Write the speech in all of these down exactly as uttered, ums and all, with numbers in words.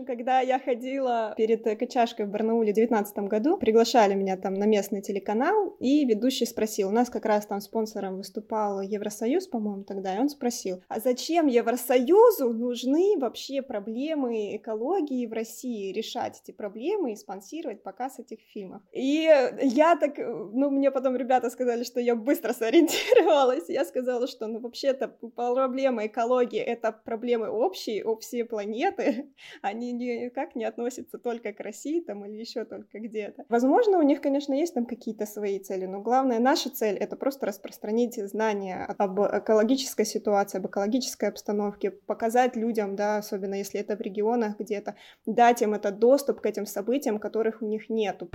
общем, когда я ходила перед Экочашкой в Барнауле в девятнадцатом году, приглашали меня там на местный телеканал, и ведущий спросил, у нас как раз там спонсором выступал Евросоюз, по-моему, тогда, и он спросил, а зачем Евросоюзу нужны вообще проблемы экологии в России, решать эти проблемы и спонсировать показ этих фильмов? И я так, ну, мне потом ребята сказали, что я быстро сориентировалась, я сказала, что, ну, вообще-то проблема экологии — это проблемы общие, у всей планеты, они никак не относятся только к России там или еще только где-то. Возможно, у них, конечно, есть там какие-то свои цели, но главное, наша цель — это просто распространить знания об экологической ситуации, об экологической обстановке, показать людям, да, особенно если это в регионах где-то, дать им этот доступ к этим событиям, которых у них нету.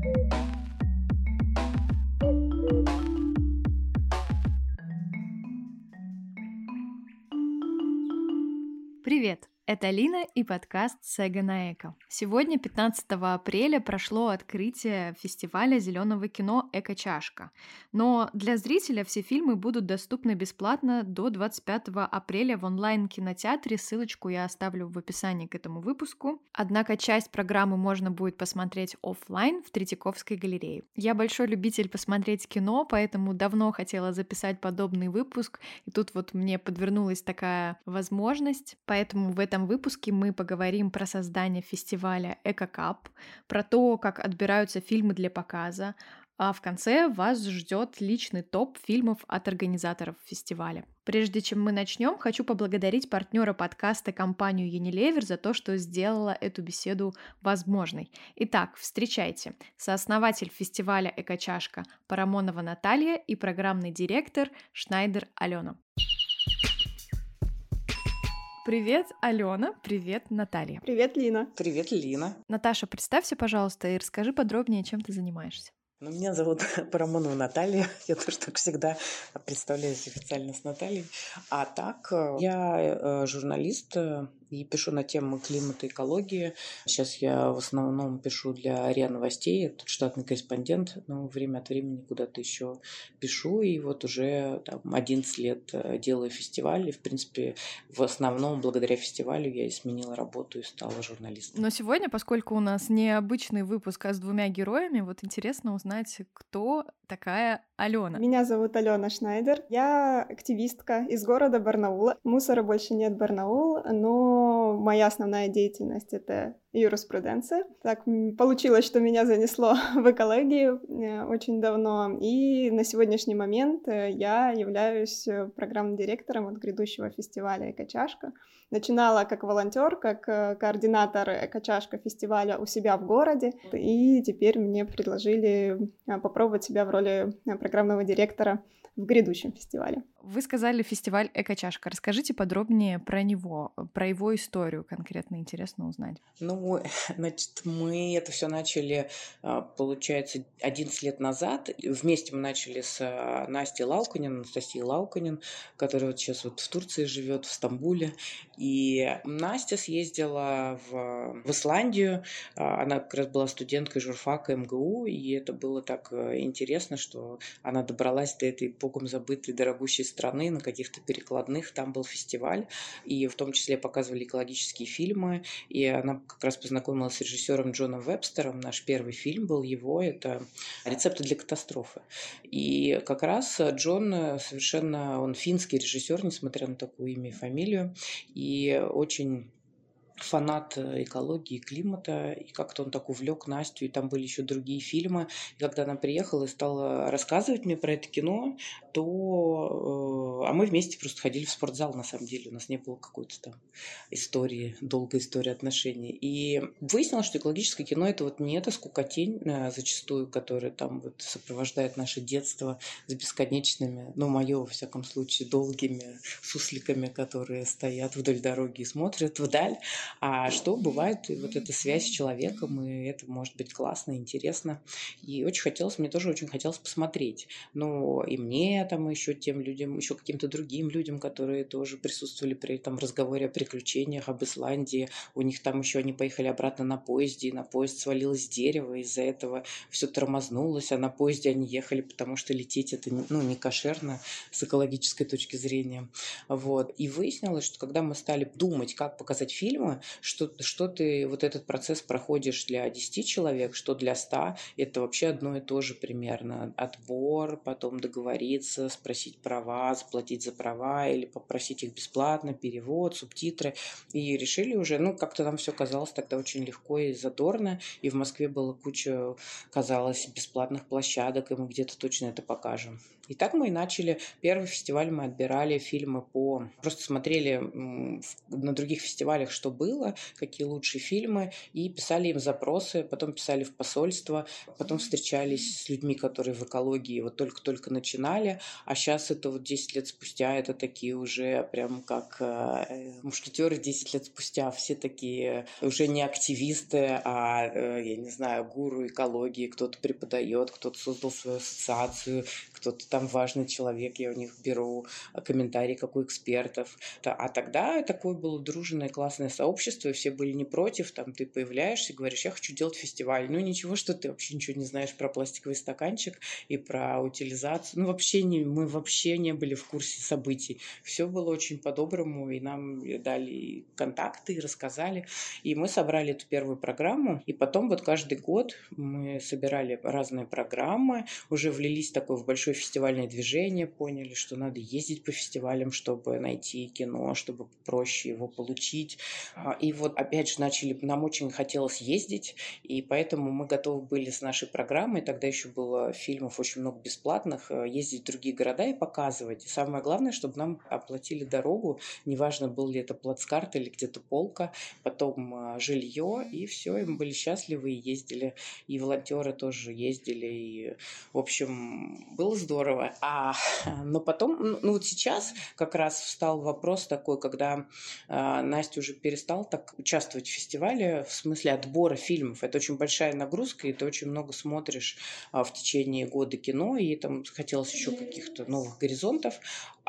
Привет! Это Лина и подкаст «Сега на Эко». Сегодня, пятнадцатого апреля, прошло открытие фестиваля зеленого кино «Экочашка». Но для зрителя все фильмы будут доступны бесплатно до двадцать пятого апреля в онлайн-кинотеатре. Ссылочку я оставлю в описании к этому выпуску. Однако часть программы можно будет посмотреть офлайн в Третьяковской галерее. Я большой любитель посмотреть кино, поэтому давно хотела записать подобный выпуск. И тут вот мне подвернулась такая возможность, поэтому в этом В этом выпуске мы поговорим про создание фестиваля «Экокап», про то, как отбираются фильмы для показа, а в конце вас ждет личный топ фильмов от организаторов фестиваля. Прежде чем мы начнем, хочу поблагодарить партнера подкаста компанию Unilever за то, что сделала эту беседу возможной. Итак, встречайте, сооснователь фестиваля «Экочашка» Парамонова Наталья и программный директор Шнайдер Алена. Привет, Алена. Привет, Наталья. Привет, Лина. Привет, Лина. Наташа, представься, пожалуйста, и расскажи подробнее, чем ты занимаешься. Ну, меня зовут Парамонова Наталья. Я тоже так всегда представляюсь официально с Натальей. А так, я журналист и пишу на тему климата и экологии. Сейчас я в основном пишу для РИА Новостей. Я тут штатный корреспондент, но время от времени куда-то еще пишу. И вот уже там, одиннадцать лет делаю фестиваль. И, в принципе, в основном благодаря фестивалю я и сменила работу и стала журналистом. Но сегодня, поскольку у нас необычный выпуск, а с двумя героями, вот интересно узнать, кто такая Алена. Меня зовут Алена Шнайдер. Я активистка из города Барнаула. Мусора больше нет, Барнаул, но моя основная деятельность — это юриспруденция. Так получилось, что меня занесло в экологию очень давно, и на сегодняшний момент я являюсь программным директором от грядущего фестиваля «Экочашка». Начинала как волонтер, как координатор «Экочашка» фестиваля у себя в городе, и теперь мне предложили попробовать себя в роли программного директора в грядущем фестивале. Вы сказали фестиваль «Экочашка». Расскажите подробнее про него, про его историю конкретно, интересно узнать. Ну, значит, мы это все начали, получается, одиннадцать лет назад. Вместе мы начали с Настей Лауканин, Анастасией Лауканин, которая вот сейчас вот в Турции живет, в Стамбуле. И Настя съездила в, в Исландию. Она как раз была студенткой журфака эм гэ у, и это было так интересно, что она добралась до этой богом забытой дорогущей страны на каких-то перекладных. Там был фестиваль, и в том числе показывали экологические фильмы. И она как раз познакомилась с режиссером Джоном Вебстером. Наш первый фильм был его, это «Рецепты для катастрофы». И как раз Джон совершенно, он финский режиссер, несмотря на такое имя и фамилию, и очень фанат экологии и климата, и как-то он так увлек Настю, и там были еще другие фильмы. И когда она приехала и стала рассказывать мне про это кино, то... А мы вместе просто ходили в спортзал, на самом деле. У нас не было какой-то там истории, долгой истории отношений. И выяснилось, что экологическое кино — это вот не эта скукотень зачастую, которая там вот сопровождает наше детство с бесконечными, ну, мое, во всяком случае, долгими сусликами, которые стоят вдоль дороги и смотрят вдаль. А что бывает, вот эта связь с человеком, и это может быть классно, интересно. И очень хотелось, мне тоже очень хотелось посмотреть. Ну, и мне, там, еще тем людям, еще каким-то другим людям, которые тоже присутствовали при этом разговоре о приключениях, об Исландии. У них там еще они поехали обратно на поезде, и на поезд свалилось дерево, из-за этого все тормознулось, а на поезде они ехали, потому что лететь это, ну, не кошерно с экологической точки зрения. Вот. И выяснилось, что когда мы стали думать, как показать фильмы, фильма, что, что ты вот этот процесс проходишь для десяти человек, что для ста, это вообще одно и то же примерно. Отбор, потом договориться, спросить права, заплатить за права или попросить их бесплатно, перевод, субтитры. И решили уже, ну, как-то нам все казалось тогда очень легко и задорно, и в Москве было куча, казалось, бесплатных площадок, и мы где-то точно это покажем. И так мы и начали. Первый фестиваль мы отбирали фильмы по... Просто смотрели на других фестивалях, что было, какие лучшие фильмы, и писали им запросы, потом писали в посольство, потом встречались с людьми, которые в экологии вот только-только начинали, а сейчас это вот десять лет спустя, это такие уже прям как э, мушкетеры десять лет спустя, все такие уже не активисты, а, э, я не знаю, гуру экологии, кто-то преподает, кто-то создал свою ассоциацию, кто-то там важный человек, я у них беру комментарий, как у экспертов. А тогда такое было дружное, классное сообщество, и все были не против, там ты появляешься и говоришь, я хочу делать фестиваль. Ну ничего, что ты вообще ничего не знаешь про пластиковый стаканчик и про утилизацию. Ну вообще не, мы вообще не были в курсе событий. Все было очень по-доброму, и нам дали контакты, и рассказали. И мы собрали эту первую программу, и потом вот каждый год мы собирали разные программы, уже влились такое в большое фестивальное движение, поняли, что надо ездить по фестивалям, чтобы найти кино, чтобы проще его получить. И вот опять же начали, нам очень хотелось ездить, и поэтому мы готовы были с нашей программой, тогда еще было фильмов очень много бесплатных, ездить в другие города и показывать. И самое главное, чтобы нам оплатили дорогу, неважно, был ли это плацкарт или где-то полка, потом жилье, и все, и мы были счастливы и ездили, и волонтеры тоже ездили, и, в общем, было здорово. А, но потом, ну вот сейчас как раз встал вопрос такой, когда э, Настя уже перестала так участвовать в фестивале, в смысле отбора фильмов. Это очень большая нагрузка, и ты очень много смотришь э, в течение года кино, и там хотелось еще каких-то новых горизонтов.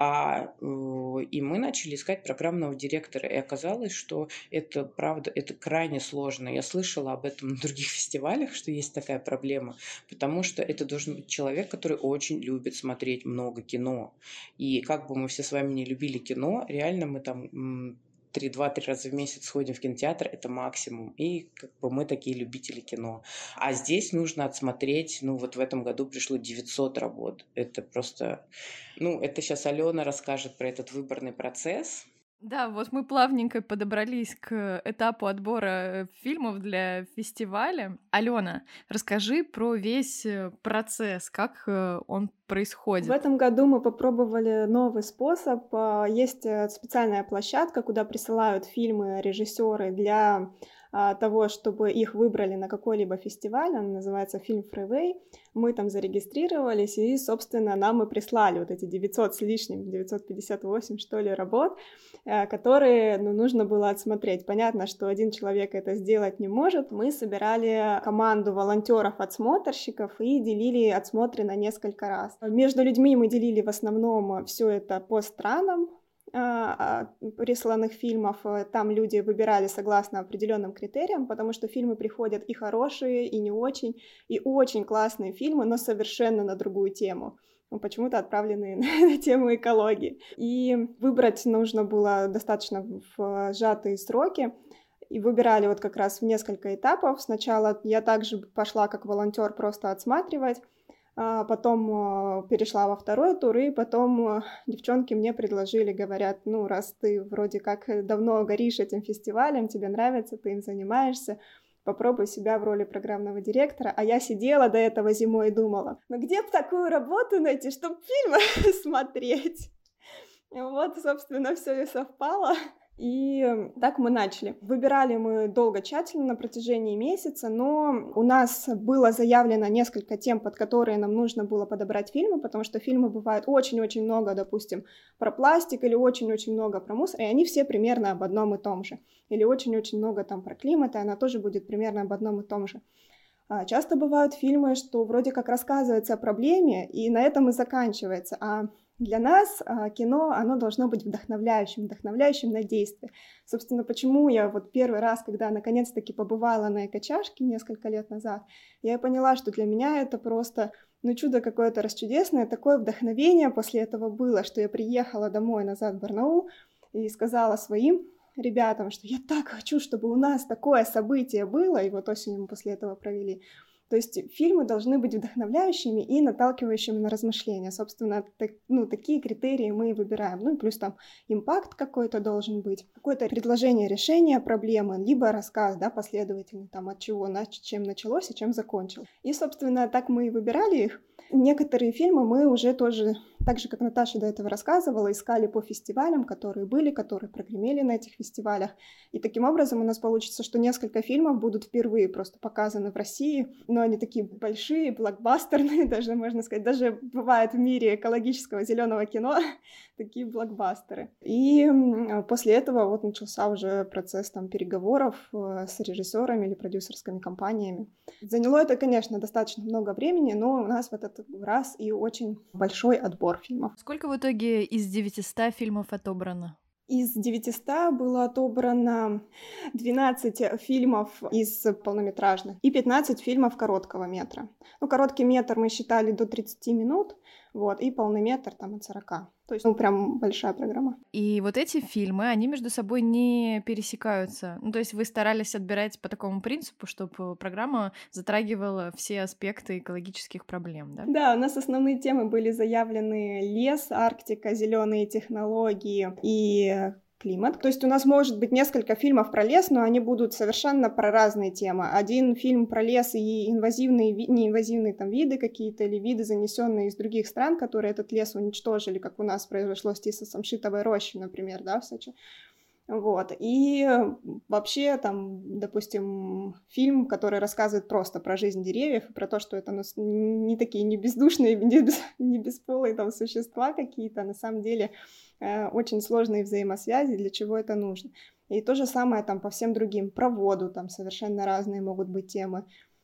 А, э, и мы начали искать программного директора, и оказалось, что это, правда, это крайне сложно. Я слышала об этом на других фестивалях, что есть такая проблема, потому что это должен быть человек, который очень любит смотреть много кино. И как бы мы все с вами не любили кино, реально мы там три, два-три раза в месяц сходим в кинотеатр, это максимум. И как бы мы такие любители кино. А здесь нужно отсмотреть, ну вот в этом году пришло девятьсот работ. Это просто... Ну, это сейчас Алена расскажет про этот выборный процесс. Да, вот мы плавненько подобрались к этапу отбора фильмов для фестиваля. Алена, расскажи про весь процесс, как он происходит. В этом году мы попробовали новый способ. Есть специальная площадка, куда присылают фильмы режиссеры для того, чтобы их выбрали на какой-либо фестиваль. Она называется Film Freeway. Мы там зарегистрировались, и, собственно, нам и прислали вот эти девятьсот с лишним, девятьсот пятьдесят восемь, что ли, работ, которые, ну, нужно было отсмотреть. Понятно, что один человек это сделать не может. Мы собирали команду волонтеров-отсмотрщиков и делили отсмотры на несколько раз. Между людьми мы делили в основном все это по странам присланных фильмов. Там люди выбирали согласно определенным критериям, потому что фильмы приходят и хорошие, и не очень, и очень классные фильмы, но совершенно на другую тему, почему-то отправленные на тему экологии. И выбрать нужно было достаточно в сжатые сроки, и выбирали вот как раз в несколько этапов. Сначала я также пошла как волонтер просто отсматривать, потом перешла во второй тур, и потом девчонки мне предложили, говорят, ну, раз ты вроде как давно горишь этим фестивалем, тебе нравится, ты им занимаешься, попробуй себя в роли программного директора. А я сидела до этого зимой и думала, ну где бы такую работу найти, чтобы фильмы смотреть? Вот, собственно, все и совпало. И так мы начали. Выбирали мы долго, тщательно, на протяжении месяца, но у нас было заявлено несколько тем, под которые нам нужно было подобрать фильмы, потому что фильмы бывают очень-очень много, допустим, про пластик или очень-очень много про мусор, и они все примерно об одном и том же. Или очень-очень много там про климат, и она тоже будет примерно об одном и том же. Часто бывают фильмы, что вроде как рассказывается о проблеме, и на этом и заканчивается, а для нас кино, оно должно быть вдохновляющим, вдохновляющим на действие. Собственно, почему я вот первый раз, когда наконец-таки побывала на эко-чашке несколько лет назад, я поняла, что для меня это просто, ну, чудо какое-то расчудесное, такое вдохновение после этого было, что я приехала домой назад в Барнаул и сказала своим ребятам, что я так хочу, чтобы у нас такое событие было, и вот осенью мы после этого провели. То есть фильмы должны быть вдохновляющими и наталкивающими на размышления. Собственно, так, ну, такие критерии мы и выбираем. Ну и плюс там импакт какой-то должен быть, какое-то предложение решения проблемы, либо рассказ, да, последовательный, там, от чего, чем началось и чем закончилось. И, собственно, так мы и выбирали их. Некоторые фильмы мы уже тоже, так же, как Наташа до этого рассказывала, искали по фестивалям, которые были, которые прогремели на этих фестивалях. И таким образом у нас получится, что несколько фильмов будут впервые просто показаны в России, но они такие большие, блокбастерные, даже, можно сказать, даже бывает в мире экологического зеленого кино такие блокбастеры. И после этого вот начался уже процесс там переговоров с режиссерами или продюсерскими компаниями. Заняло это, конечно, достаточно много времени, но у нас в этот раз и очень большой отбор фильмов. Сколько в итоге из девятисот фильмов отобрано? Из девятисот было отобрано двенадцать фильмов из полнометражных и пятнадцать фильмов короткого метра. Ну, короткий метр мы считали до тридцати минут, вот, и полный метр там от сорока. То есть, ну, прям большая программа. И вот эти фильмы, они между собой не пересекаются. Ну, то есть вы старались отбирать по такому принципу, чтобы программа затрагивала все аспекты экологических проблем, да? Да, у нас основные темы были заявлены: лес, Арктика, зеленые технологии и климат. То есть у нас может быть несколько фильмов про лес, но они будут совершенно про разные темы. Один фильм про лес и инвазивные, неинвазивные там виды какие-то, или виды, занесенные из других стран, которые этот лес уничтожили, как у нас произошло с Тисо-Самшитовой рощей, например, да, в Сочи. Вот. И вообще там, допустим, фильм, который рассказывает просто про жизнь деревьев и про то, что это ну, не такие не бездушные, не, без, не бесполые там существа какие-то, а на самом деле э, очень сложные взаимосвязи, для чего это нужно. И то же самое там по всем другим. Про воду там совершенно разные могут быть темы.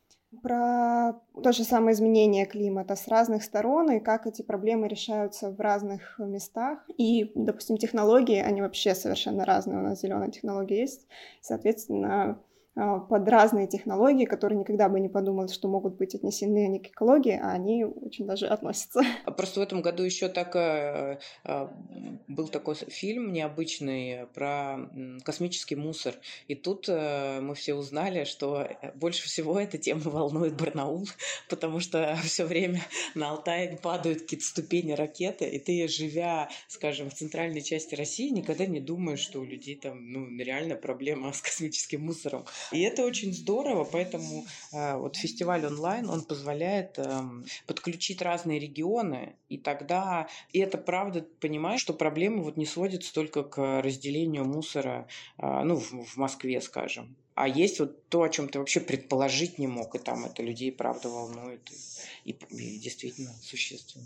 Про то же самое изменение климата с разных сторон и как эти проблемы решаются в разных местах. И, допустим, технологии, они вообще совершенно разные. У нас зеленая технология есть, соответственно, под разные технологии, которые никогда бы не подумал, что могут быть отнесены они к экологии, а они очень даже относятся. Просто в этом году еще так, э, э, был такой фильм необычный про космический мусор. И тут э, мы все узнали, что больше всего эта тема волнует Барнаул, потому что все время на Алтае падают какие-то ступени ракеты, и ты, живя, скажем, в центральной части России, никогда не думаешь, что у людей там ну, реально проблема с космическим мусором. И это очень здорово, поэтому э, вот фестиваль онлайн, он позволяет э, подключить разные регионы, и тогда, и это правда, понимаешь, что проблемы вот не сводятся только к разделению мусора, э, ну, в, в Москве, скажем. А есть вот то, о чем ты вообще предположить не мог, и там это людей правда волнует, и, и, и действительно существенно.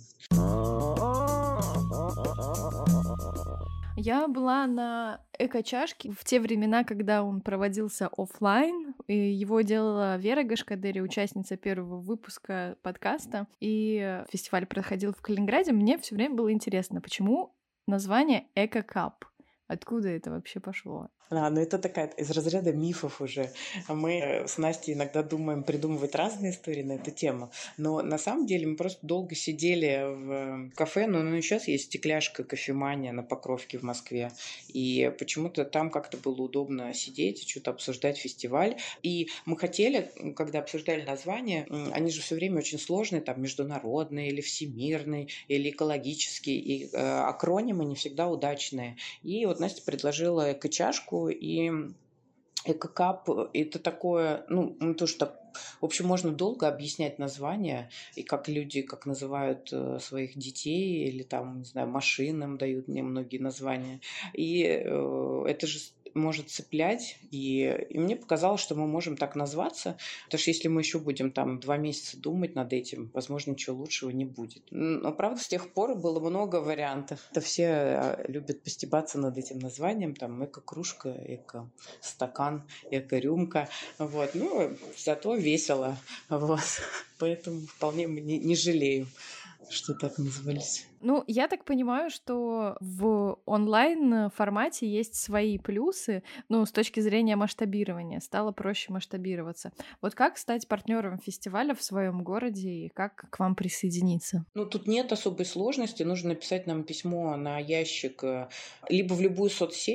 Я была на эко-чашке в те времена, когда он проводился офлайн. И его делала Вера Гашкадери, участница первого выпуска подкаста. И фестиваль проходил в Калининграде. Мне все время было интересно, почему название «Эко-кап». Откуда это вообще пошло? А, ну это такая из разряда мифов уже. Мы с Настей иногда думаем придумывать разные истории на эту тему, но на самом деле мы просто долго сидели в кафе, ну, ну и сейчас есть стекляшка кофемания на Покровке в Москве, и почему-то там как-то было удобно сидеть, что-то обсуждать фестиваль, и мы хотели, когда обсуждали название, они же все время очень сложные, там, международные или всемирные, или экологические, и э, акронимы не всегда удачные. И вот Настя предложила эко-чашку, и эко-кап – это такое, ну, тоже так, в общем, можно долго объяснять название, и как люди, как называют своих детей, или там, не знаю, машинам дают мне многие названия, и э, это же может цеплять, и, и мне показалось, что мы можем так назваться, потому что если мы еще будем там два месяца думать над этим, возможно, ничего лучшего не будет. Но, правда, с тех пор было много вариантов. Это все любят постебаться над этим названием, там, эко-кружка, эко-стакан, эко-рюмка, вот, ну, зато весело, вот, поэтому вполне мы не, не жалеем, что так назывались. Ну, я так понимаю, что в онлайн-формате есть свои плюсы, ну, с точки зрения масштабирования. Стало проще масштабироваться. Вот как стать партнером фестиваля в своем городе и как к вам присоединиться? Ну, тут нет особой сложности. Нужно написать нам письмо на ящик либо в любую соцсеть,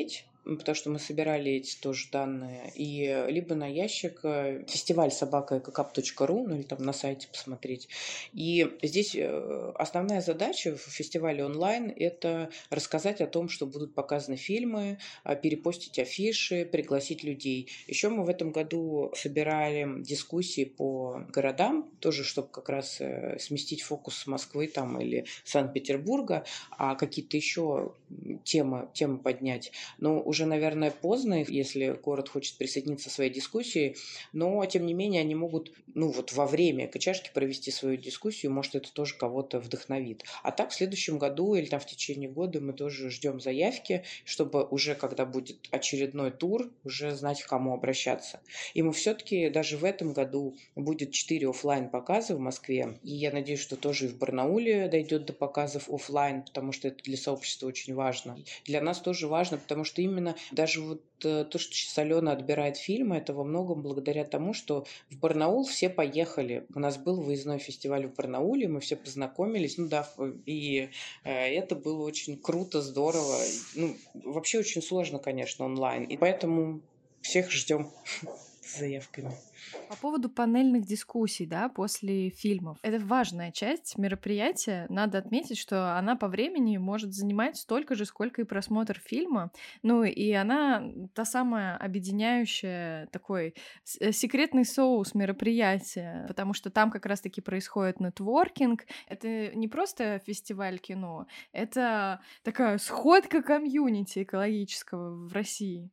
потому что мы собирали эти тоже данные, и либо на ящик фестиваль собака экокап точка ру, ну или там на сайте посмотреть. И здесь основная задача в фестивале онлайн — это рассказать о том, что будут показаны фильмы, перепостить афиши, пригласить людей. Еще мы в этом году собирали дискуссии по городам, тоже чтобы как раз сместить фокус с Москвы там или Санкт-Петербурга, а какие-то еще темы, темы поднять. Но уже, наверное, поздно, если город хочет присоединиться к своей дискуссии, но, тем не менее, они могут, ну, вот во время экочашки провести свою дискуссию, может, это тоже кого-то вдохновит. А так, в следующем году или там в течение года мы тоже ждем заявки, чтобы уже, когда будет очередной тур, уже знать, к кому обращаться. И мы все-таки даже в этом году будет четыре офлайн-показа в Москве, и я надеюсь, что тоже и в Барнауле дойдет до показов офлайн, потому что это для сообщества очень важно. Для нас тоже важно, потому что именно даже вот то, что сейчас Алена отбирает фильмы, это во многом благодаря тому, что в Барнаул все поехали. У нас был выездной фестиваль в Барнауле, мы все познакомились, ну да, и это было очень круто, здорово. Ну, вообще очень сложно, конечно, онлайн, и поэтому всех ждем с заявками. По поводу панельных дискуссий, да, после фильмов. Это важная часть мероприятия. Надо отметить, что она по времени может занимать столько же, сколько и просмотр фильма. Ну, и она та самая объединяющая такой секретный соус мероприятия, потому что там как раз-таки происходит нетворкинг. Это не просто фестиваль кино, это такая сходка комьюнити экологического в России.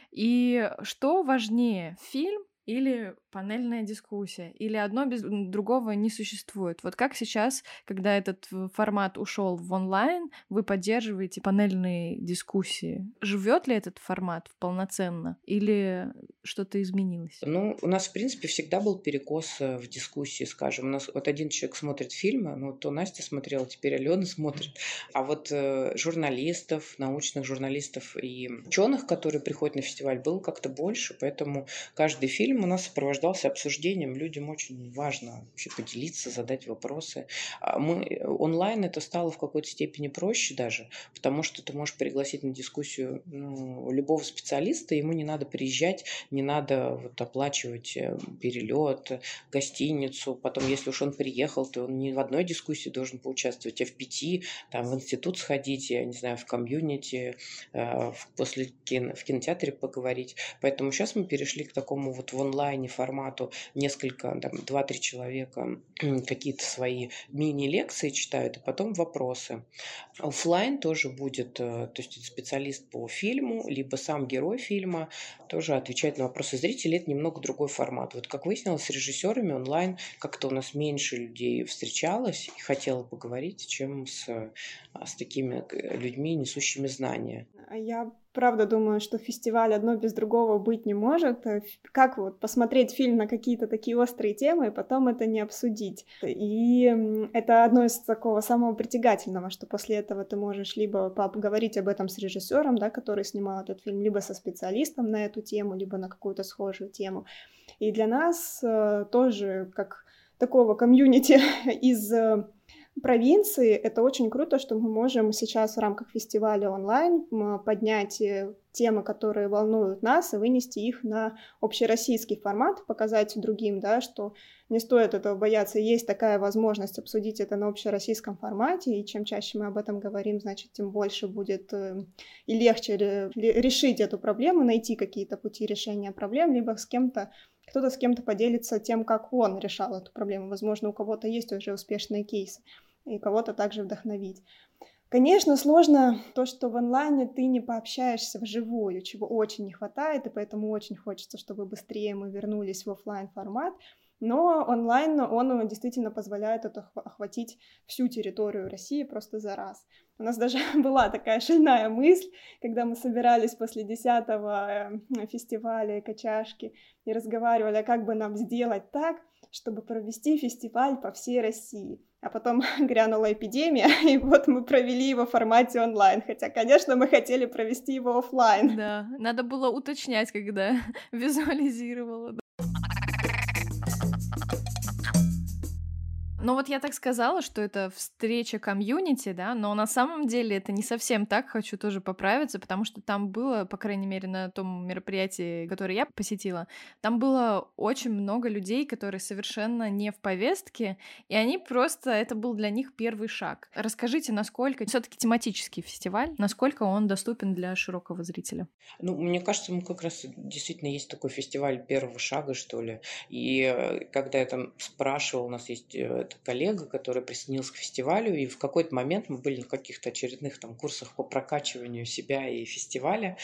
И что важнее, фильм или панельная дискуссия, или одно без другого не существует. Вот как сейчас, когда этот формат ушел в онлайн, вы поддерживаете панельные дискуссии? Живет ли этот формат полноценно или что-то изменилось? Ну, у нас, в принципе, всегда был перекос в дискуссии, скажем. У нас вот один человек смотрит фильмы, ну, то Настя смотрела, теперь Алена смотрит. А вот э, журналистов, научных журналистов и ученых, которые приходят на фестиваль, было как-то больше, поэтому каждый фильм у нас сопровождался обсуждением. Людям очень важно вообще поделиться, задать вопросы. Мы, онлайн это стало в какой-то степени проще даже, потому что ты можешь пригласить на дискуссию ну, любого специалиста, ему не надо приезжать, не надо вот, оплачивать перелет, гостиницу. Потом, если уж он приехал, то он не в одной дискуссии должен поучаствовать, а в пяти, там, в институт сходить, я не знаю, в комьюнити, после кино, в кинотеатре поговорить. Поэтому сейчас мы перешли к такому вот в онлайне формату, несколько, там, два-три человека какие-то свои мини-лекции читают, и потом вопросы. Оффлайн тоже будет, то есть специалист по фильму, либо сам герой фильма тоже отвечает на вопросы зрителей. Это немного другой формат. Вот как выяснилось, с режиссерами онлайн как-то у нас меньше людей встречалось и хотела поговорить, чем с, с такими людьми, несущими знания. Я правда думаю, что фестиваль одно без другого быть не может. Как вот посмотреть фильм на какие-то такие острые темы и потом это не обсудить? И это одно из такого самого притягательного, что после этого ты можешь либо поговорить об этом с режиссером, да, который снимал этот фильм, либо со специалистом на эту тему, либо на какую-то схожую тему. И для нас тоже, как такого комьюнити из провинции, это очень круто, что мы можем сейчас в рамках фестиваля онлайн поднять темы, которые волнуют нас, и вынести их на общероссийский формат, показать другим, да, что не стоит этого бояться, есть такая возможность обсудить это на общероссийском формате, и чем чаще мы об этом говорим, значит, тем больше будет и легче решить эту проблему, найти какие-то пути решения проблем, либо с кем-то, кто-то с кем-то поделится тем, как он решал эту проблему. Возможно, у кого-то есть уже успешные кейсы, и кого-то также вдохновить. Конечно, сложно то, что в онлайне ты не пообщаешься вживую, чего очень не хватает, и поэтому очень хочется, чтобы быстрее мы вернулись в офлайн формат. Но онлайн, он действительно позволяет это охватить всю территорию России просто за раз. У нас даже была такая шальная мысль, когда мы собирались после десятого фестиваля «Экочашки» и разговаривали, как бы нам сделать так, чтобы провести фестиваль по всей России. А потом грянула эпидемия, и вот мы провели его в формате онлайн. Хотя, конечно, мы хотели провести его офлайн. Да, надо было уточнять, когда визуализировала. Ну вот я так сказала, что это встреча комьюнити, да, но на самом деле это не совсем так, хочу тоже поправиться, потому что там было, по крайней мере, на том мероприятии, которое я посетила, там было очень много людей, которые совершенно не в повестке, и они просто, это был для них первый шаг. Расскажите, насколько все-таки тематический фестиваль, насколько он доступен для широкого зрителя? Ну, мне кажется, мы как раз действительно есть такой фестиваль первого шага, что ли. И э, когда я там спрашивала, у нас есть э, эта коллега, который присоединился к фестивалю, и в какой-то момент мы были на каких-то очередных там курсах по прокачиванию себя и фестиваля,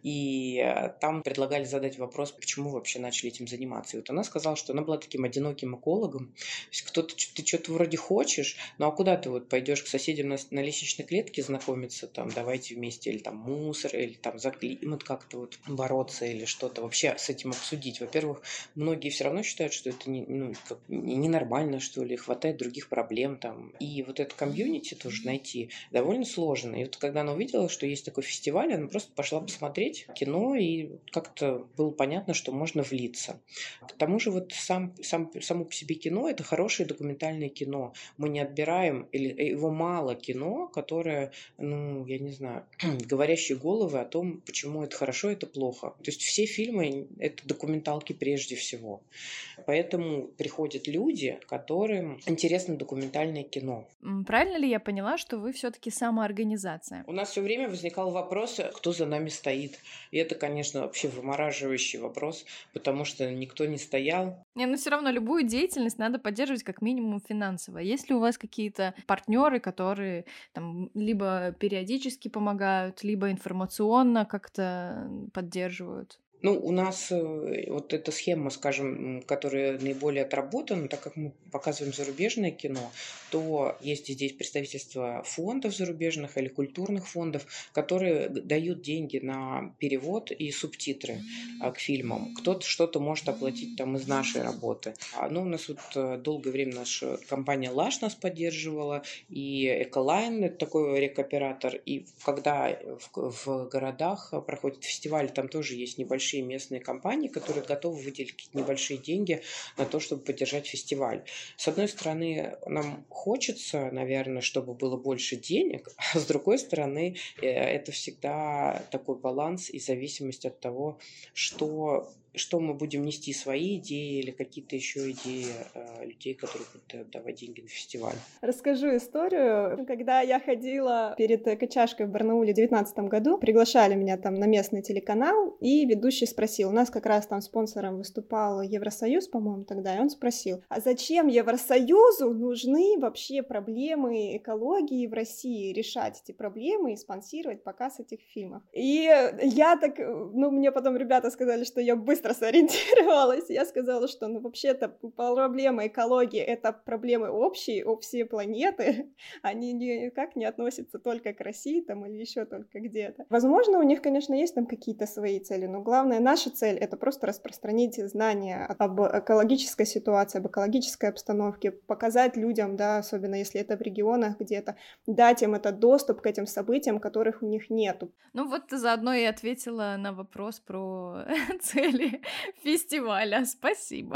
и э, там предлагали задать вопрос, почему вообще начали этим заниматься. И вот она сказала, что она была таким одиноким экологом. То есть кто-то, ты что-то вроде хочешь, ну а куда ты вот пойдешь к соседям на, на лестничной клетке знакомиться, там, давайте вместе, или там мусор, или там за климат как-то вот бороться, или что-то вообще с этим обсудить. Во-первых, многие все равно считают, что это не, ну, как, ненормально, что ли, хватает других проблем там. И вот это комьюнити тоже найти довольно сложно. И вот когда она увидела, что есть такой фестиваль, она просто пошла посмотреть кино, и как-то было понятно, что можно влиться. К тому же вот сам, сам, само по себе кино – это хорошее документальное кино. Мы не отбираем, или его мало кино, которое, ну, я не знаю, говорящие головы о том, почему это хорошо, это плохо. То есть все фильмы – это документалки прежде всего. Поэтому приходят люди, которым интересно документальное кино. Правильно ли я поняла, что вы все-таки самоорганизация? У нас все время возникал вопрос, кто за нами стоит. И это, конечно, вообще вымораживающий вопрос, потому что никто не стоял. Не, но все равно любую деятельность надо поддерживать как минимум финансово. Есть ли у вас какие-то партнеры, которые там либо периодически помогают, либо информационно как-то поддерживают? Ну, у нас э, вот эта схема, скажем, которая наиболее отработана, так как мы показываем зарубежное кино, то есть здесь представительство фондов зарубежных или культурных фондов, которые дают деньги на перевод и субтитры а, к фильмам. Кто-то что-то может оплатить там из нашей работы. А, ну, у нас вот э, долгое время наша компания Lush нас поддерживала, и Эколайн, это такой рекоператор, и когда в, в городах проходит фестиваль, там тоже есть небольшие местные компании, которые готовы выделить какие-то небольшие деньги на то, чтобы поддержать фестиваль. С одной стороны, нам хочется, наверное, чтобы было больше денег, а с другой стороны, это всегда такой баланс и зависимость от того, что что мы будем нести, свои идеи или какие-то еще идеи э, людей, которые будут давать деньги на фестиваль. Расскажу историю. Когда я ходила перед Качашкой в Барнауле в девятнадцатом году, приглашали меня там на местный телеканал, и ведущий спросил, у нас как раз там спонсором выступал Евросоюз, по-моему, тогда, и он спросил, а зачем Евросоюзу нужны вообще проблемы экологии в России, решать эти проблемы и спонсировать показ этих фильмов? И я так, ну, мне потом ребята сказали, что я быстро сориентировалась. Я сказала, что, ну, вообще-то проблемы экологии — это проблемы общие, у всей планеты. Они никак не относятся только к России там или еще только где-то. Возможно, у них, конечно, есть там какие-то свои цели, но главная наша цель — это просто распространить знания об экологической ситуации, об экологической обстановке, показать людям, да, особенно если это в регионах где-то, дать им этот доступ к этим событиям, которых у них нету. Ну вот ты заодно и ответила на вопрос про цели фестиваля. Спасибо.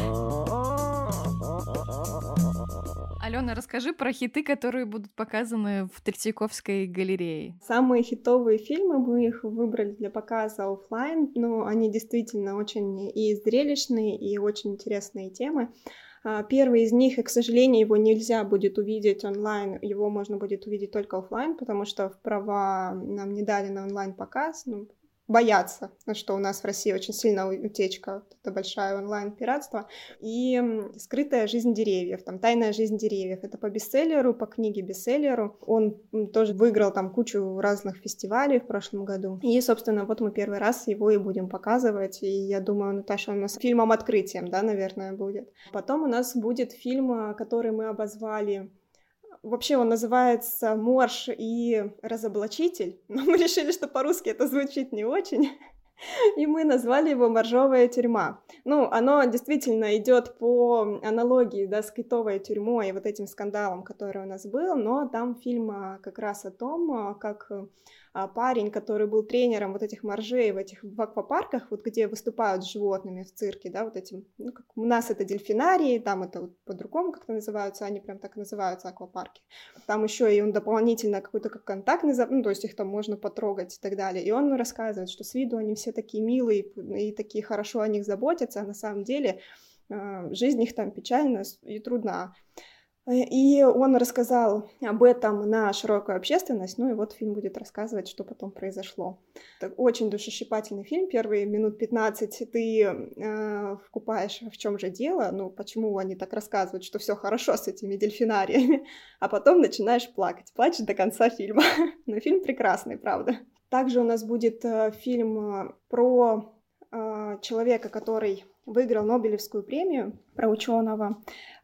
Алена, расскажи про хиты, которые будут показаны в Третьяковской галерее. Самые хитовые фильмы, мы их выбрали для показа офлайн, но они действительно очень и зрелищные, и очень интересные темы. Первый из них, и, к сожалению, его нельзя будет увидеть онлайн, его можно будет увидеть только офлайн, потому что в права нам не дали на онлайн-показ, ну, боятся, что у нас в России очень сильно утечка, это большое онлайн-пиратство, и «Скрытая жизнь деревьев», там «Тайная жизнь деревьев», это по бестселлеру, по книге-бестселлеру, он тоже выиграл там кучу разных фестивалей в прошлом году, и, собственно, вот мы первый раз его и будем показывать, и я думаю, Наташа, у нас фильмом-открытием, да, наверное, будет. Потом у нас будет фильм, который мы обозвали. Вообще он называется «Морж и разоблачитель», но мы решили, что по-русски это звучит не очень, и мы назвали его «Моржовая тюрьма». Ну, оно действительно идет по аналогии, да, с китовой тюрьмой и вот этим скандалом, который у нас был, но там фильм как раз о том, как а, парень, который был тренером вот этих моржей в этих в аквапарках, вот где выступают с животными в цирке, да, вот этим, ну, как у нас это дельфинарии, там это вот по-другому как-то называются, они прям так и называются, аквапарки. Там еще и он дополнительно какой-то как контактный, ну, то есть их там можно потрогать и так далее. И он рассказывает, что с виду они все такие милые и такие хорошо о них заботятся, а на самом деле э, жизнь их там печальна и трудна. И он рассказал об этом на широкую общественность, ну и вот фильм будет рассказывать, что потом произошло. Это очень душещипательный фильм, первые минут пятнадцать ты э, вкупаешь, в чем же дело, ну почему они так рассказывают, что все хорошо с этими дельфинариями, а потом начинаешь плакать, плачешь до конца фильма. Но фильм прекрасный, правда. Также у нас будет э, фильм про э, человека, который выиграл Нобелевскую премию, про ученого,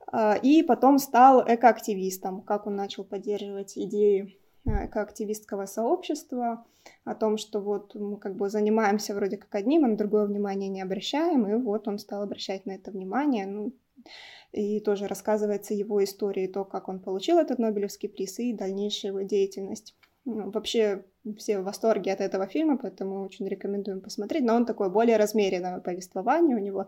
и потом стал экоактивистом, как он начал поддерживать идеи экоактивистского сообщества, о том, что вот мы как бы занимаемся вроде как одним, а на другое внимание не обращаем, и вот он стал обращать на это внимание, ну, и тоже рассказывается его история, то, как он получил этот Нобелевский приз, и дальнейшая его деятельность. Вообще все в восторге от этого фильма, поэтому очень рекомендуем посмотреть, но он такое более размеренное повествование, у него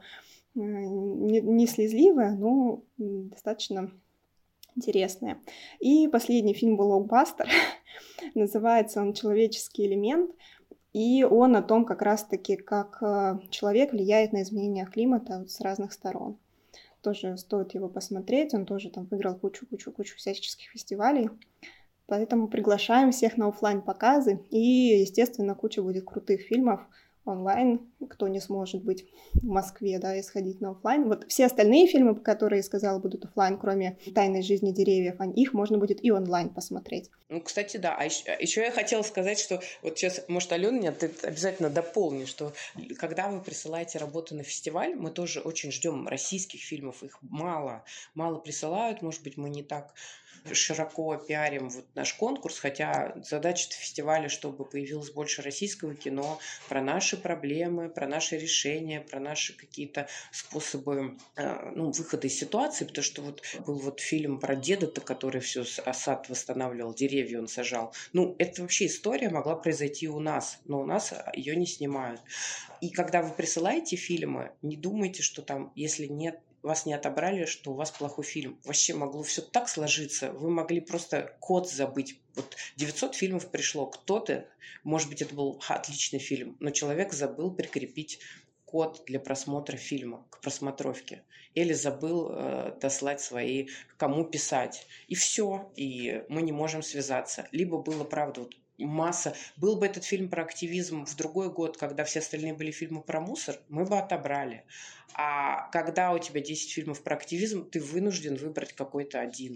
не, не слезливое, но достаточно интересное. И последний фильм «Блокбастер», называется он «Человеческий элемент», и он о том как раз-таки, как человек влияет на изменение климата с разных сторон. Тоже стоит его посмотреть, он тоже там выиграл кучу-кучу-кучу всяческих фестивалей. Поэтому приглашаем всех на офлайн-показы. И, естественно, куча будет крутых фильмов онлайн, кто не сможет быть в Москве, да, и сходить на офлайн. Вот все остальные фильмы, которые я сказала, будут офлайн, кроме «Тайной жизни деревьев», их можно будет и онлайн посмотреть. Ну, кстати, да. А еще, еще я хотела сказать, что вот сейчас, может, Алена, меня ты обязательно дополни, что когда вы присылаете работу на фестиваль, мы тоже очень ждем российских фильмов, их мало, мало присылают, может быть, мы не так широко пиарим вот наш конкурс, хотя задача фестиваля, чтобы появилось больше российского кино про наши проблемы, про наши решения, про наши какие-то способы ну, выхода из ситуации, потому что вот был вот фильм про деда-то, который все сад восстанавливал, деревья он сажал. Ну, это вообще история могла произойти у нас, но у нас ее не снимают. И когда вы присылаете фильмы, не думайте, что там, если нет вас не отобрали, что у вас плохой фильм. Вообще могло все так сложиться. Вы могли просто код забыть. Вот девятьсот фильмов пришло. Кто-то, может быть, это был отличный фильм, но человек забыл прикрепить код для просмотра фильма к просмотровке. Или забыл э, дослать свои, кому писать. И все. И мы не можем связаться. Либо было, правда, вот масса. Был бы этот фильм про активизм в другой год, когда все остальные были фильмы про мусор, мы бы отобрали. А когда у тебя десять фильмов про активизм, ты вынужден выбрать какой-то один.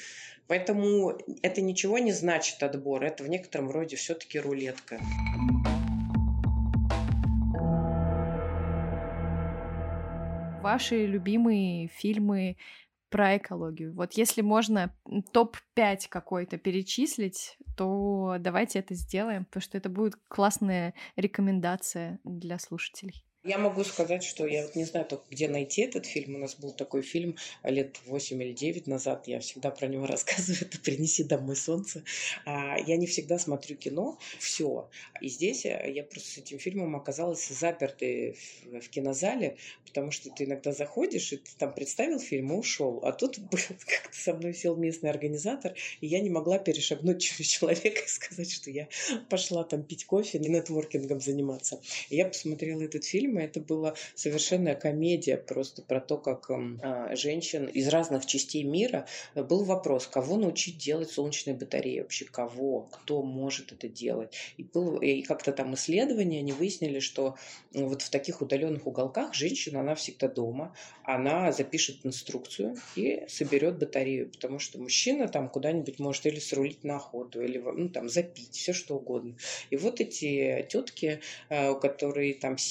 Поэтому это ничего не значит, отбор. Это в некотором роде все-таки рулетка. Ваши любимые фильмы про экологию. Вот если можно топ пять какой-то перечислить, то давайте это сделаем, потому что это будет классная рекомендация для слушателей. Я могу сказать, что я вот не знаю только, где найти этот фильм. У нас был такой фильм лет восемь или девять назад. Я всегда про него рассказываю. Это «Принеси домой солнце». Я не всегда смотрю кино. Все. И здесь я просто с этим фильмом оказалась запертой в кинозале, потому что ты иногда заходишь, и ты там представил фильм и ушел. А тут как-то со мной сел местный организатор, и я не могла перешагнуть через человека и сказать, что я пошла там пить кофе и нетворкингом заниматься. И я посмотрела этот фильм, и это была совершенная комедия просто про то, как э, женщин из разных частей мира был вопрос, кого научить делать солнечные батареи, вообще кого, кто может это делать. И, был, и как-то там исследования, они выяснили, что вот в таких удаленных уголках женщина, она всегда дома, она запишет инструкцию и соберет батарею, потому что мужчина там куда-нибудь может или срулить на охоту, или ну, там запить, все что угодно. И вот эти тетки, у которых там семьи,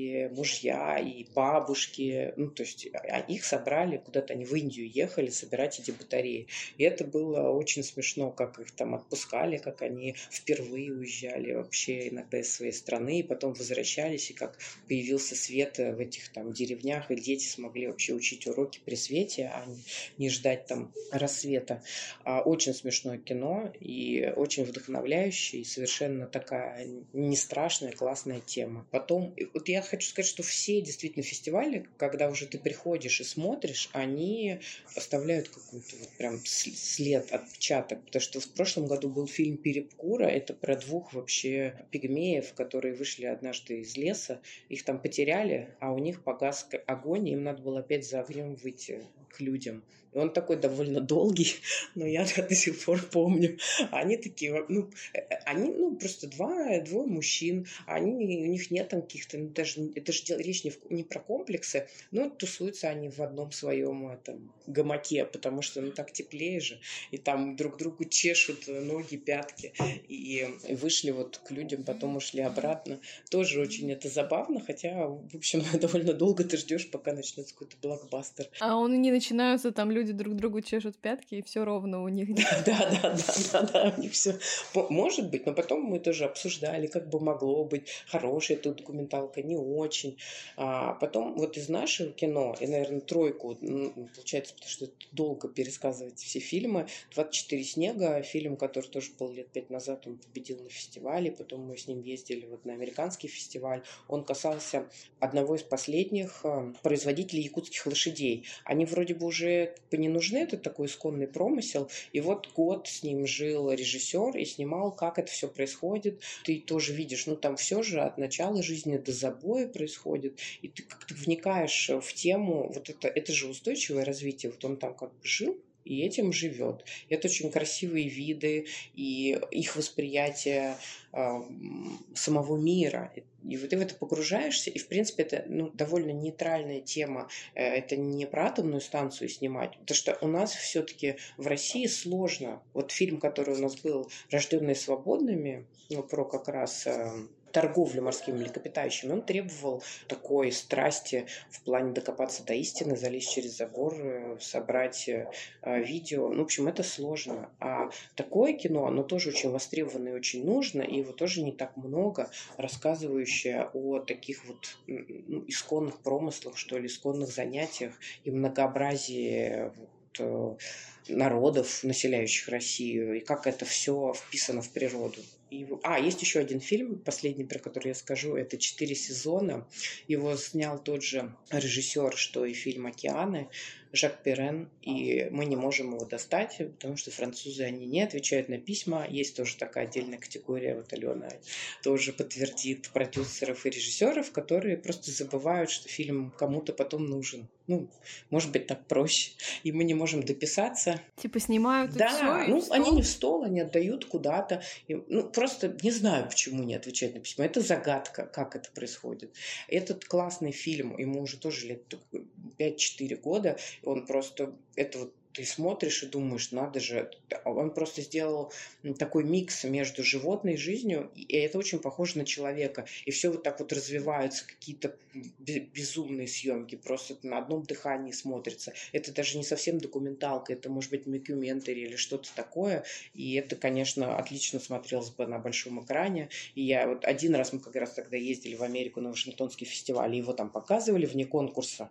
и мужья, и бабушки. Ну, то есть а их собрали, куда-то они в Индию ехали собирать эти батареи. И это было очень смешно, как их там отпускали, как они впервые уезжали вообще иногда из своей страны, и потом возвращались, и как появился свет в этих там деревнях, и дети смогли вообще учить уроки при свете, а не, не ждать там рассвета. Очень смешное кино и очень вдохновляющее, и совершенно такая не страшная, классная тема. Потом, вот я хочу сказать, что все действительно фестивали, когда уже ты приходишь и смотришь, они оставляют какой-то вот прям след, отпечаток. Потому что в прошлом году был фильм «Перекура», это про двух вообще пигмеев, которые вышли однажды из леса, их там потеряли, а у них погас огонь, и им надо было опять за огнем выйти к людям. И он такой довольно долгий, но я до сих пор помню. Они такие, ну, они, ну, просто два, двое мужчин, они, у них нет там каких-то, ну, даже, это же речь не, в, не про комплексы, но тусуются они в одном своем этом гамаке, потому что, ну, так теплее же, и там друг другу чешут ноги, пятки, и, и вышли вот к людям, потом ушли обратно. Тоже очень это забавно, хотя, в общем, довольно долго ты ждешь, пока начнется какой-то блокбастер. А он не начинаются, там люди друг другу чешут пятки, и все ровно у них. Да, да, да, да, да, у них все может быть, но потом мы тоже обсуждали, как бы могло быть, хорошая тут документалка, не очень. А потом вот из нашего кино, и, наверное, тройку, получается, потому что это долго пересказывать все фильмы, «двадцать четыре снега», фильм, который тоже был лет пять назад, он победил на фестивале, потом мы с ним ездили вот на американский фестиваль. Он касался одного из последних производителей якутских лошадей. Они вроде бы уже не нужны, это такой исконный промысел, и вот год с ним жил режиссер и снимал, как это все происходит. Ты тоже видишь, ну там все же от начала жизни до забоя происходит, и ты как-то вникаешь в тему, вот это, это же устойчивое развитие, вот он там как бы жил, и этим живет. И это очень красивые виды, и их восприятие э, самого мира. И вот ты в это погружаешься, и, в принципе, это ну, довольно нейтральная тема. Это не про атомную станцию снимать, потому что у нас все-таки в России сложно. Вот фильм, который у нас был «Рожденные свободными», ну, про как раз... Э, торговлю морскими млекопитающими, он требовал такой страсти в плане докопаться до истины, залезть через забор, собрать э, видео. Ну, в общем, это сложно. А такое кино, оно тоже очень востребовано и очень нужно, и его тоже не так много, рассказывающее о таких вот ну, исконных промыслах, что ли, исконных занятиях и многообразии вот, народов, населяющих Россию, и как это все вписано в природу. И... А, есть еще один фильм, последний, про который я скажу, это «Четыре сезона». Его снял тот же режиссер, что и фильм «Океаны», Жак Перен, и мы не можем его достать, потому что французы, они не отвечают на письма. Есть тоже такая отдельная категория, вот Алена тоже подтвердит, продюсеров и режиссеров, которые просто забывают, что фильм кому-то потом нужен. Ну, может быть, так проще. И мы не можем дописаться. Типа снимают да, и все, ну, и в стол? Они не в стол, они отдают куда-то. И, ну, просто не знаю, почему не отвечают на письма. Это загадка, как это происходит. Этот классный фильм, ему уже тоже лет пять-четыре года, он просто, это вот ты смотришь и думаешь, надо же, он просто сделал такой микс между животной жизнью, и это очень похоже на человека. И все вот так вот развиваются, какие-то безумные съемки, просто на одном дыхании смотрится. Это даже не совсем документалка, это может быть мокюментари или что-то такое. И это, конечно, отлично смотрелось бы на большом экране. И я вот один раз мы как раз тогда ездили в Америку на Вашингтонский фестиваль, и его там показывали вне конкурса.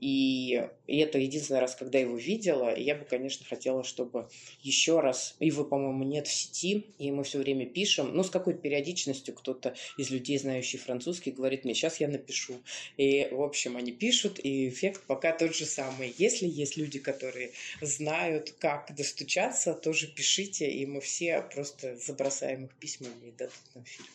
И, и это единственный раз, когда я его видела, и я бы, конечно, хотела, чтобы еще раз, его, по-моему, нет в сети, и мы все время пишем, ну, с какой-то периодичностью кто-то из людей, знающих французский, говорит мне, сейчас я напишу. И, в общем, они пишут, и эффект пока тот же самый. Если есть люди, которые знают, как достучаться, тоже пишите, и мы все просто забросаем их письмами и дадут нам фильм.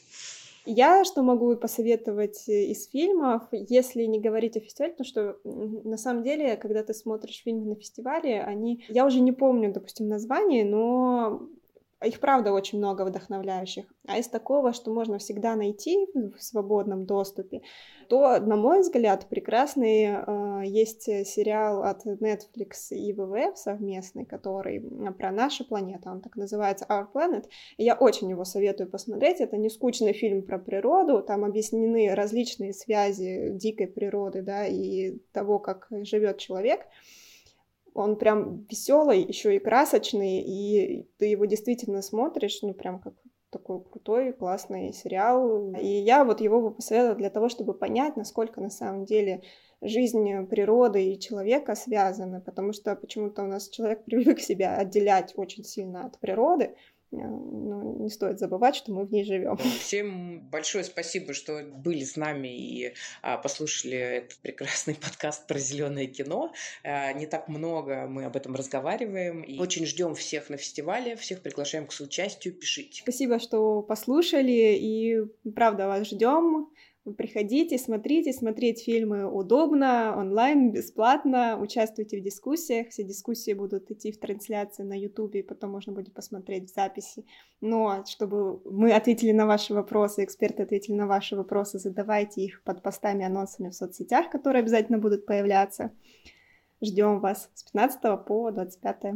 Я что могу посоветовать из фильмов, если не говорить о фестивале, потому что на самом деле, когда ты смотришь фильмы на фестивале, они, я уже не помню, допустим, название, но Их, правда, очень много вдохновляющих. А из такого, что можно всегда найти в свободном доступе, то, на мой взгляд, прекрасный э, есть сериал от Netflix и вэ вэ эф совместный, который про нашу планету, он так называется Our Planet. И я очень его советую посмотреть. Это не скучный фильм про природу, там объяснены различные связи дикой природы, да, и того, как живет человек. Он прям веселый, еще и красочный, и ты его действительно смотришь, ну, прям как такой крутой, классный сериал. И я вот его бы посоветовала для того, чтобы понять, насколько на самом деле жизнь природы и человека связаны, потому что почему-то у нас человек привык себя отделять очень сильно от природы. Ну, не стоит забывать, что мы в ней живем. Всем большое спасибо, что были с нами и а, послушали этот прекрасный подкаст про зеленое кино. А, не так много мы об этом разговариваем. И очень ждем всех на фестивале, всех приглашаем к соучастию, пишите. Спасибо, что послушали, и правда вас ждем. Приходите, смотрите, смотреть фильмы удобно, онлайн, бесплатно, участвуйте в дискуссиях, все дискуссии будут идти в трансляции на Ютубе, и потом можно будет посмотреть в записи. Но чтобы мы ответили на ваши вопросы, эксперты ответили на ваши вопросы, задавайте их под постами, анонсами в соцсетях, которые обязательно будут появляться. Ждем вас с пятнадцатого по двадцать пятое.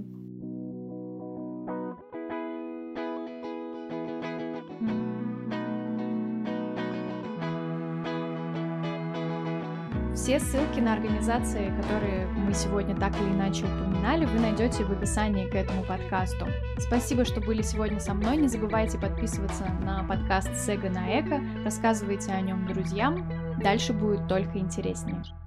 Все ссылки на организации, которые мы сегодня так или иначе упоминали, вы найдете в описании к этому подкасту. Спасибо, что были сегодня со мной. Не забывайте подписываться на подкаст Сега на Эко, рассказывайте о нем друзьям. Дальше будет только интереснее.